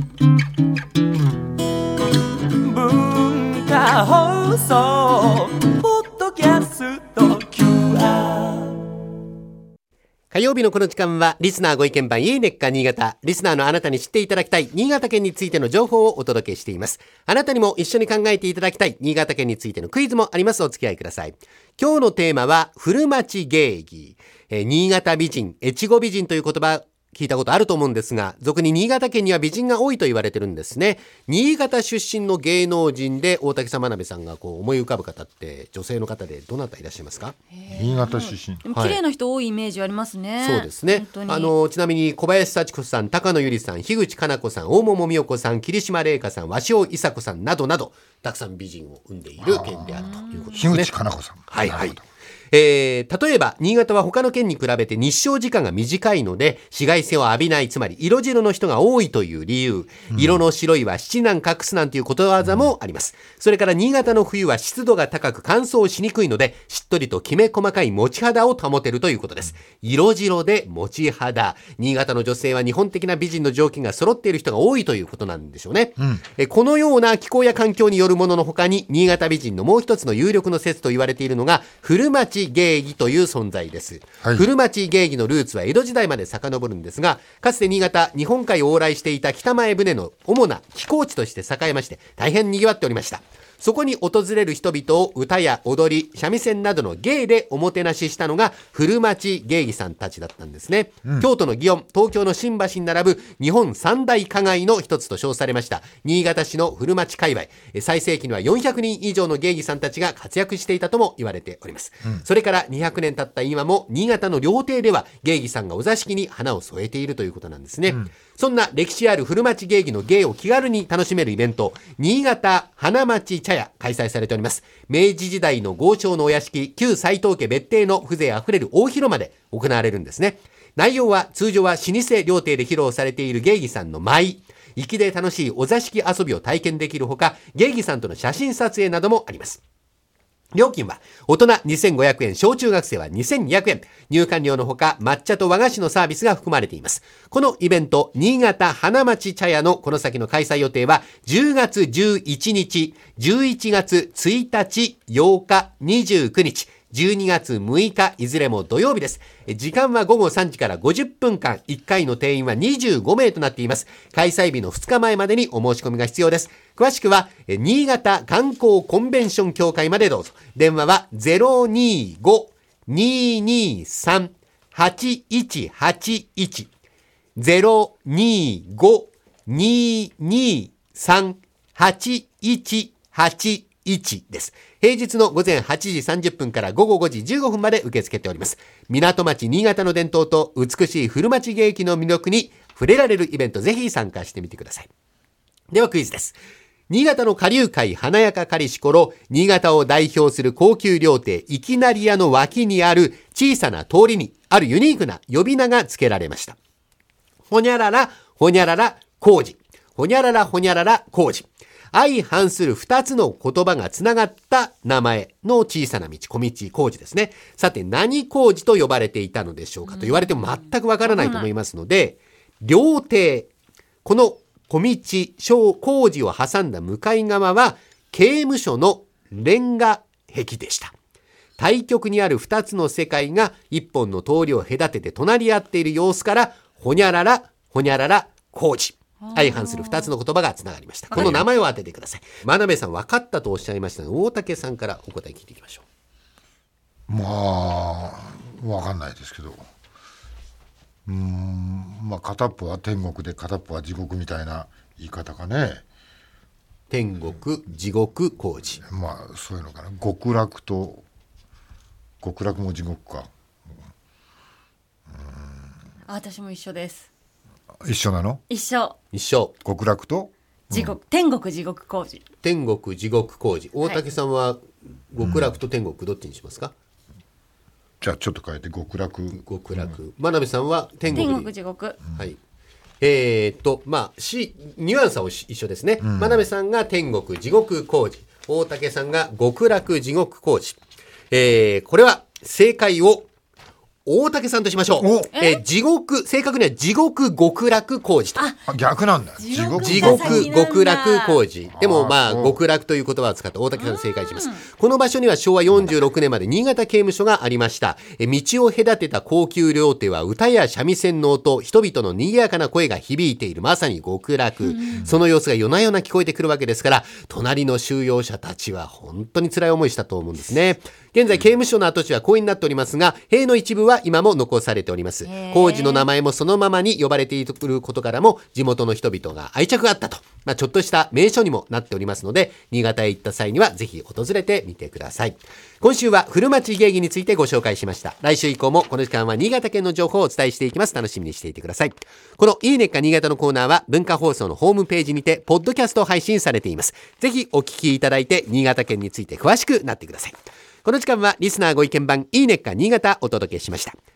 文化放送ポッドキャスト QR。 火曜日のこの時間はリスナーご意見番いいねっか新潟。リスナーのあなたに知っていただきたい新潟県についての情報をお届けしています。あなたにも一緒に考えていただきたい新潟県についてのクイズもあります。お付き合いください。今日のテーマは古町芸妓。新潟美人、越後美人という言葉聞いたことあると思うんですが、俗に新潟県には美人が多いと言われてるんですね。新潟出身の芸能人で大竹さん、真鍋さんが思い浮かぶ方って女性の方でどなたいらっしゃいますか？ 新潟出身。 でも綺麗な人多いイメージありますね。 そうですね。ちなみに小林幸子さん、高野由里さん、樋口加奈子さん、大桃美代子さん、桐島玲香さん、鷲尾伊佐子さんなどなどたくさん美人を生んでいる県であるということですね。 樋口加奈子さん。 はいはい。例えば新潟は他の県に比べて日照時間が短いので紫外線を浴びない、つまり色白の人が多いという理由、色の白いは七難隠すなんていうことわざもあります。それから新潟の冬は湿度が高く乾燥しにくいのでしっとりときめ細かい持ち肌を保てるということです。色白で持ち肌、新潟の女性は日本的な美人の条件が揃っている人が多いということなんでしょうね。このような気候や環境によるものの他に新潟美人のもう一つの有力の説と言われているのが古町芸妓という存在です、はい、古町芸妓のルーツは江戸時代まで遡るんですが、かつて新潟日本海を往来していた北前船の主な寄港地として栄えまして大変賑わっておりました。そこに訪れる人々を歌や踊り、三味線などの芸でおもてなししたのが古町芸妓さんたちだったんですね、京都の祇園、東京の新橋に並ぶ日本三大花街の一つと称されました新潟市の古町界隈、最盛期には400人以上の芸妓さんたちが活躍していたとも言われております、それから200年経った今も新潟の料亭では芸妓さんがお座敷に花を添えているということなんですね、そんな歴史ある古町芸妓の芸を気軽に楽しめるイベント、新潟花町茶屋開催されております。明治時代の豪商のお屋敷、旧斎藤家別邸の風情あふれる大広間で行われるんですね。内容は通常は老舗料亭で披露されている芸妓さんの舞、粋で楽しいお座敷遊びを体験できるほか、芸妓さんとの写真撮影などもあります。料金は大人2500円、小中学生は2200円、入館料のほか抹茶と和菓子のサービスが含まれています。このイベント、新潟花町茶屋のこの先の開催予定は10月11日、11月1日、8日、29日、12月6日、いずれも土曜日です。時間は午後3時から50分間、1回の定員は25名となっています。開催日の2日前までにお申し込みが必要です。詳しくは新潟観光コンベンション協会までどうぞ。電話は 025-223-8181 025-223-8181 です。平日の午前8時30分から午後5時15分まで受け付けております。港町新潟の伝統と美しい古町芸妓の魅力に触れられるイベント、ぜひ参加してみてください。ではクイズです。新潟の花柳界華やかかりし頃、新潟を代表する高級料亭いきなり屋の脇にある小さな通りにあるユニークな呼び名が付けられました。ほにゃららほにゃらら工事、ほにゃららほにゃらら工事、相反する2つの言葉がつながった名前の小さな道、小道工事ですね。さて何工事と呼ばれていたのでしょうかと言われても全くわからないと思いますので、料亭、この小道工事を挟んだ向かい側は刑務所のレンガ壁でした。対極にある2つの世界が一本の通りを隔てて隣り合っている様子から、ほにゃららほにゃらら工事、相反する2つの言葉がつながりました。この名前を当ててください。真鍋さん分かったとおっしゃいましたので、大竹さんからお答え聞いていきましょう。まあ分かんないですけど、まあ片っぽは天国で片っぽは地獄みたいな言い方かね。 天国地獄工事、 まあそういうのかな。極楽と極楽も地獄か。 私も一緒です。 一緒なの？ 一緒。 極楽と地獄、天国地獄工事。 天国地獄工事。大竹さんは極楽と天国どっちにしますか？ じゃあちょっと変えて極楽。 真鍋さんは天国地獄。 はい。まあニュアンスは一緒ですね。真鍋さんが天国地獄工事、大竹さんが極楽地獄工事。これは正解を大竹さんとしましょうお。 地獄、正確には地獄極楽工事と。 逆なんだよ。 地獄地獄極楽工事。でもまあそう極楽という言葉を使って大竹さん正解します。この場所には昭和46年まで新潟刑務所がありました。道を隔てた高級料亭は歌や三味線の音、人々の賑やかな声が響いている、まさに極楽。その様子が夜な夜な聞こえてくるわけですから、隣の収容者たちは本当に辛い思いしたと思うんですね。現在刑務所の跡地は公園になっておりますが、塀の一部は今も残されております。工事の名前もそのままに呼ばれていることからも、地元の人々が愛着があったと、ちょっとした名所にもなっておりますので、新潟へ行った際にはぜひ訪れてみてください。今週は古町芸妓についてご紹介しました。来週以降もこの時間は新潟県の情報をお伝えしていきます。楽しみにしていてください。このいいねっか新潟のコーナーは文化放送のホームページにてポッドキャスト配信されています。ぜひお聞きいただいて新潟県について詳しくなってください。この時間はリスナーご意見番いいねっか新潟お届けしました。